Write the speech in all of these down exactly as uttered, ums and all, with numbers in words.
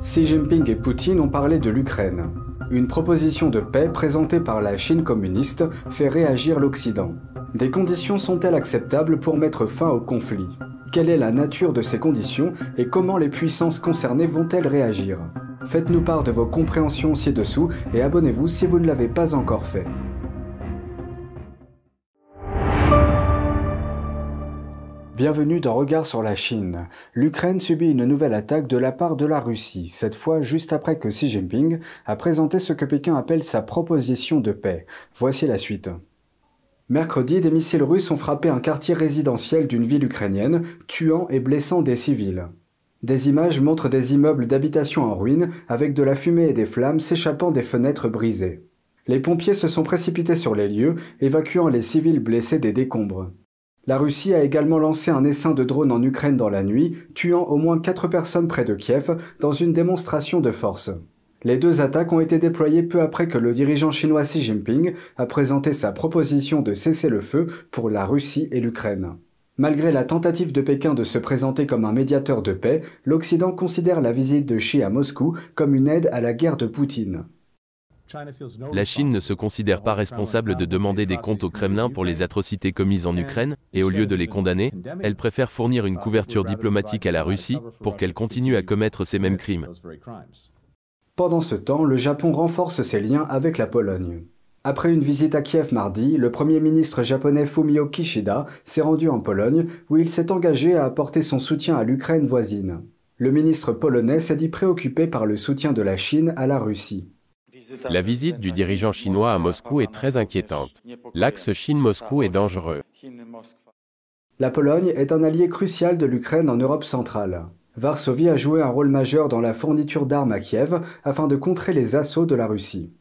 Xi Jinping et Poutine ont parlé de l'Ukraine. Une proposition de paix présentée par la Chine communiste fait réagir l'Occident. Des conditions sont-elles acceptables pour mettre fin au conflit? Quelle est la nature de ces conditions et comment les puissances concernées vont-elles réagir? Faites-nous part de vos compréhensions ci-dessous et abonnez-vous si vous ne l'avez pas encore fait. Bienvenue dans Regard sur la Chine. L'Ukraine subit une nouvelle attaque de la part de la Russie, cette fois juste après que Xi Jinping a présenté ce que Pékin appelle sa proposition de paix. Voici la suite. Mercredi, des missiles russes ont frappé un quartier résidentiel d'une ville ukrainienne, tuant et blessant des civils. Des images montrent des immeubles d'habitation en ruine, avec de la fumée et des flammes s'échappant des fenêtres brisées. Les pompiers se sont précipités sur les lieux, évacuant les civils blessés des décombres. La Russie a également lancé un essaim de drones en Ukraine dans la nuit, tuant au moins quatre personnes près de Kiev dans une démonstration de force. Les deux attaques ont été déployées peu après que le dirigeant chinois Xi Jinping a présenté sa proposition de cessez-le-feu pour la Russie et l'Ukraine. Malgré la tentative de Pékin de se présenter comme un médiateur de paix, l'Occident considère la visite de Xi à Moscou comme une aide à la guerre de Poutine. La Chine ne se considère pas responsable de demander des comptes au Kremlin pour les atrocités commises en Ukraine, et au lieu de les condamner, elle préfère fournir une couverture diplomatique à la Russie pour qu'elle continue à commettre ces mêmes crimes. Pendant ce temps, le Japon renforce ses liens avec la Pologne. Après une visite à Kiev mardi, le Premier ministre japonais Fumio Kishida s'est rendu en Pologne, où il s'est engagé à apporter son soutien à l'Ukraine voisine. Le ministre polonais s'est dit préoccupé par le soutien de la Chine à la Russie. La visite du dirigeant chinois à Moscou est très inquiétante. L'axe Chine-Moscou est dangereux. La Pologne est un allié crucial de l'Ukraine en Europe centrale. Varsovie a joué un rôle majeur dans la fourniture d'armes à Kiev afin de contrer les assauts de la Russie.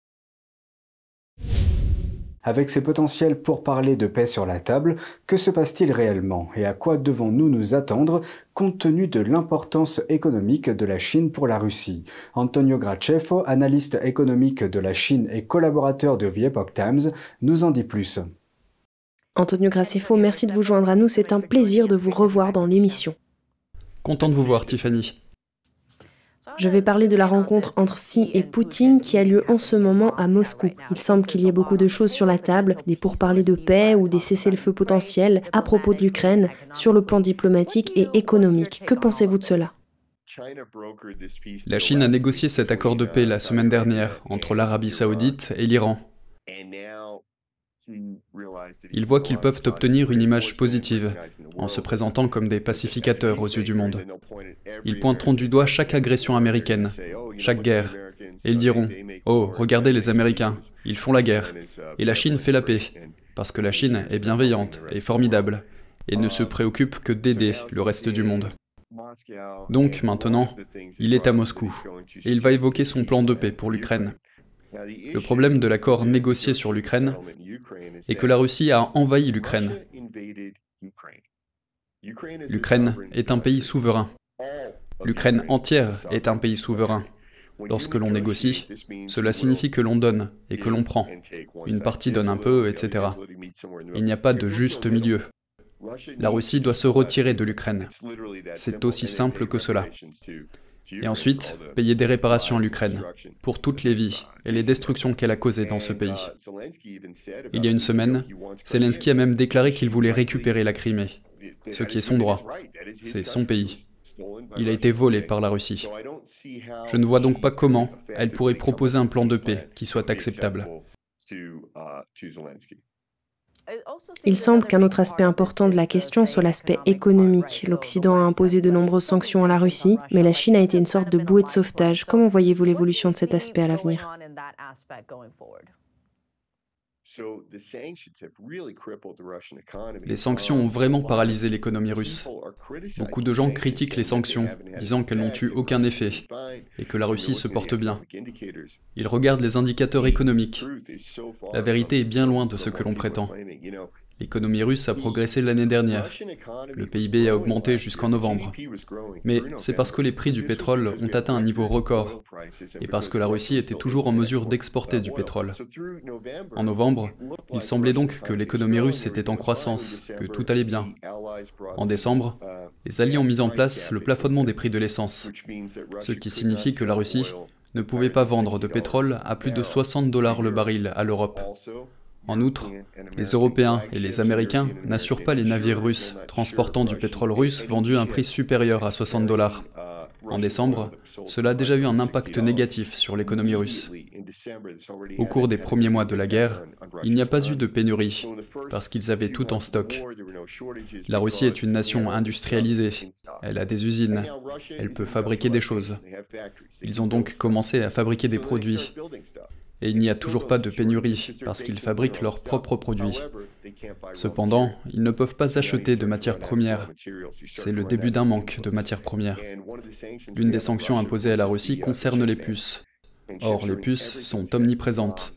Avec ces potentiels pourparlers de paix sur la table, que se passe-t-il réellement et à quoi devons-nous nous attendre compte tenu de l'importance économique de la Chine pour la Russie? Antonio Graceffo, analyste économique de la Chine et collaborateur de The Epoch Times, nous en dit plus. Antonio Graceffo, merci de vous joindre à nous, c'est un plaisir de vous revoir dans l'émission. Content de vous voir, Tiffany. Je vais parler de la rencontre entre Xi et Poutine qui a lieu en ce moment à Moscou. Il semble qu'il y ait beaucoup de choses sur la table, des pourparlers de paix ou des cessez-le-feu potentiels à propos de l'Ukraine, sur le plan diplomatique et économique. Que pensez-vous de cela ? La Chine a négocié cet accord de paix la semaine dernière entre l'Arabie Saoudite et l'Iran. Ils voient qu'ils peuvent obtenir une image positive en se présentant comme des pacificateurs aux yeux du monde. Ils pointeront du doigt chaque agression américaine, chaque guerre, et ils diront « Oh, regardez les Américains, ils font la guerre, et la Chine fait la paix, parce que la Chine est bienveillante et formidable, et ne se préoccupe que d'aider le reste du monde. » Donc maintenant, il est à Moscou, et il va évoquer son plan de paix pour l'Ukraine. Le problème de l'accord négocié sur l'Ukraine est que la Russie a envahi l'Ukraine. L'Ukraine est un pays souverain. L'Ukraine entière est un pays souverain. Lorsque l'on négocie, cela signifie que l'on donne et que l'on prend. Une partie donne un peu, et cetera. Il n'y a pas de juste milieu. La Russie doit se retirer de l'Ukraine. C'est aussi simple que cela. Et ensuite, payer des réparations à l'Ukraine, pour toutes les vies et les destructions qu'elle a causées dans ce pays. Il y a une semaine, Zelensky a même déclaré qu'il voulait récupérer la Crimée, ce qui est son droit, c'est son pays. Il a été volé par la Russie. Je ne vois donc pas comment elle pourrait proposer un plan de paix qui soit acceptable. Il semble qu'un autre aspect important de la question soit l'aspect économique. L'Occident a imposé de nombreuses sanctions à la Russie, mais la Chine a été une sorte de bouée de sauvetage. Comment voyez-vous l'évolution de cet aspect à l'avenir ? Les sanctions ont vraiment paralysé l'économie russe. Beaucoup de gens critiquent les sanctions, disant qu'elles n'ont eu aucun effet et que la Russie se porte bien. Ils regardent les indicateurs économiques. La vérité est bien loin de ce que l'on prétend. L'économie russe a progressé l'année dernière. Le P I B a augmenté jusqu'en novembre. Mais c'est parce que les prix du pétrole ont atteint un niveau record et parce que la Russie était toujours en mesure d'exporter du pétrole. En novembre, il semblait donc que l'économie russe était en croissance, que tout allait bien. En décembre, les Alliés ont mis en place le plafonnement des prix de l'essence, ce qui signifie que la Russie ne pouvait pas vendre de pétrole à plus de soixante dollars le baril à l'Europe. En outre, les Européens et les Américains n'assurent pas les navires russes transportant du pétrole russe vendu à un prix supérieur à soixante dollars. En décembre, cela a déjà eu un impact négatif sur l'économie russe. Au cours des premiers mois de la guerre, il n'y a pas eu de pénurie, parce qu'ils avaient tout en stock. La Russie est une nation industrialisée, elle a des usines, elle peut fabriquer des choses. Ils ont donc commencé à fabriquer des produits. Et il n'y a toujours pas de pénurie, parce qu'ils fabriquent leurs propres produits. Cependant, ils ne peuvent pas acheter de matières premières. C'est le début d'un manque de matières premières. L'une des sanctions imposées à la Russie concerne les puces. Or, les puces sont omniprésentes.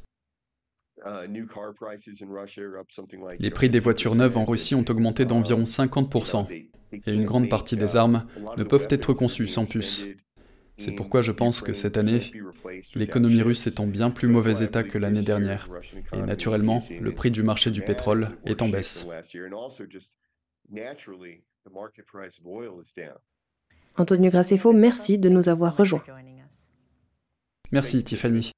Les prix des voitures neuves en Russie ont augmenté d'environ cinquante pour cent, et une grande partie des armes ne peuvent être conçues sans puces. C'est pourquoi je pense que cette année, l'économie russe est en bien plus mauvais état que l'année dernière. Et naturellement, le prix du marché du pétrole est en baisse. Antonio Graceffo, merci de nous avoir rejoints. Merci Tiffany.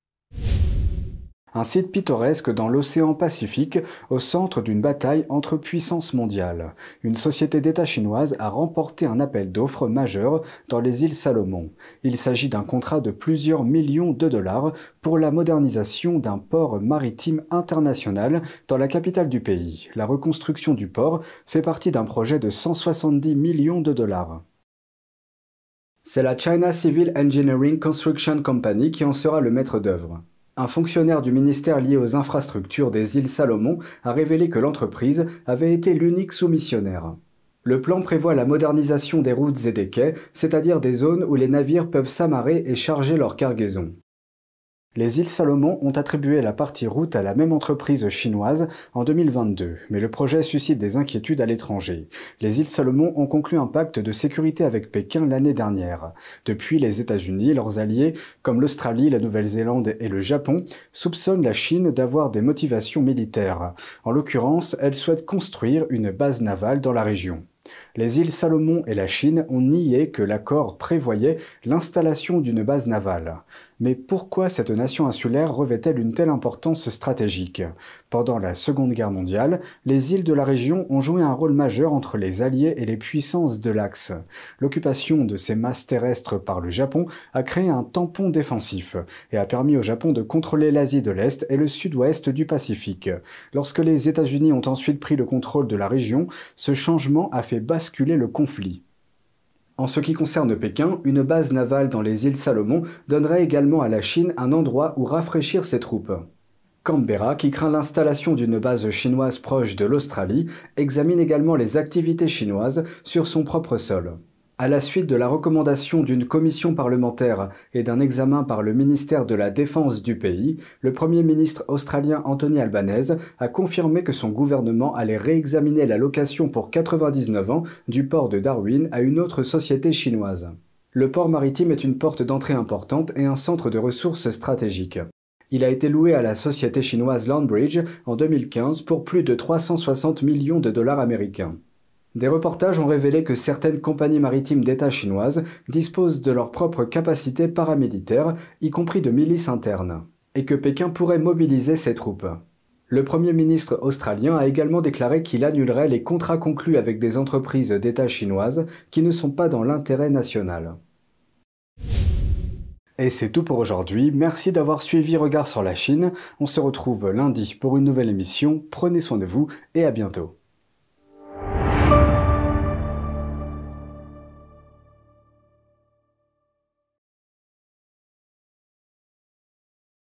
Un site pittoresque dans l'océan Pacifique, au centre d'une bataille entre puissances mondiales. Une société d'État chinoise a remporté un appel d'offres majeur dans les îles Salomon. Il s'agit d'un contrat de plusieurs millions de dollars pour la modernisation d'un port maritime international dans la capitale du pays. La reconstruction du port fait partie d'un projet de cent soixante-dix millions de dollars. C'est la China Civil Engineering Construction Company qui en sera le maître d'œuvre. Un fonctionnaire du ministère lié aux infrastructures des îles Salomon a révélé que l'entreprise avait été l'unique soumissionnaire. Le plan prévoit la modernisation des routes et des quais, c'est-à-dire des zones où les navires peuvent s'amarrer et charger leur cargaison. Les îles Salomon ont attribué la partie route à la même entreprise chinoise en deux mille vingt-deux, mais le projet suscite des inquiétudes à l'étranger. Les îles Salomon ont conclu un pacte de sécurité avec Pékin l'année dernière. Depuis, les États-Unis, leurs alliés, comme l'Australie, la Nouvelle-Zélande et le Japon, soupçonnent la Chine d'avoir des motivations militaires. En l'occurrence, elle souhaite construire une base navale dans la région. Les îles Salomon et la Chine ont nié que l'accord prévoyait l'installation d'une base navale. Mais pourquoi cette nation insulaire revêt-elle une telle importance stratégique? Pendant la Seconde Guerre mondiale, les îles de la région ont joué un rôle majeur entre les Alliés et les puissances de l'Axe. L'occupation de ces masses terrestres par le Japon a créé un tampon défensif et a permis au Japon de contrôler l'Asie de l'Est et le sud-ouest du Pacifique. Lorsque les États-Unis ont ensuite pris le contrôle de la région, ce changement a fait basculer le conflit. En ce qui concerne Pékin, une base navale dans les îles Salomon donnerait également à la Chine un endroit où rafraîchir ses troupes. Canberra, qui craint l'installation d'une base chinoise proche de l'Australie, examine également les activités chinoises sur son propre sol. À la suite de la recommandation d'une commission parlementaire et d'un examen par le ministère de la Défense du pays, le Premier ministre australien Anthony Albanese a confirmé que son gouvernement allait réexaminer la location pour quatre-vingt-dix-neuf ans du port de Darwin à une autre société chinoise. Le port maritime est une porte d'entrée importante et un centre de ressources stratégiques. Il a été loué à la société chinoise Landbridge en deux mille quinze pour plus de trois cent soixante millions de dollars américains. Des reportages ont révélé que certaines compagnies maritimes d'État chinoises disposent de leurs propres capacités paramilitaires, y compris de milices internes, et que Pékin pourrait mobiliser ses troupes. Le Premier ministre australien a également déclaré qu'il annulerait les contrats conclus avec des entreprises d'État chinoises qui ne sont pas dans l'intérêt national. Et c'est tout pour aujourd'hui, merci d'avoir suivi Regard sur la Chine. On se retrouve lundi pour une nouvelle émission, prenez soin de vous et à bientôt.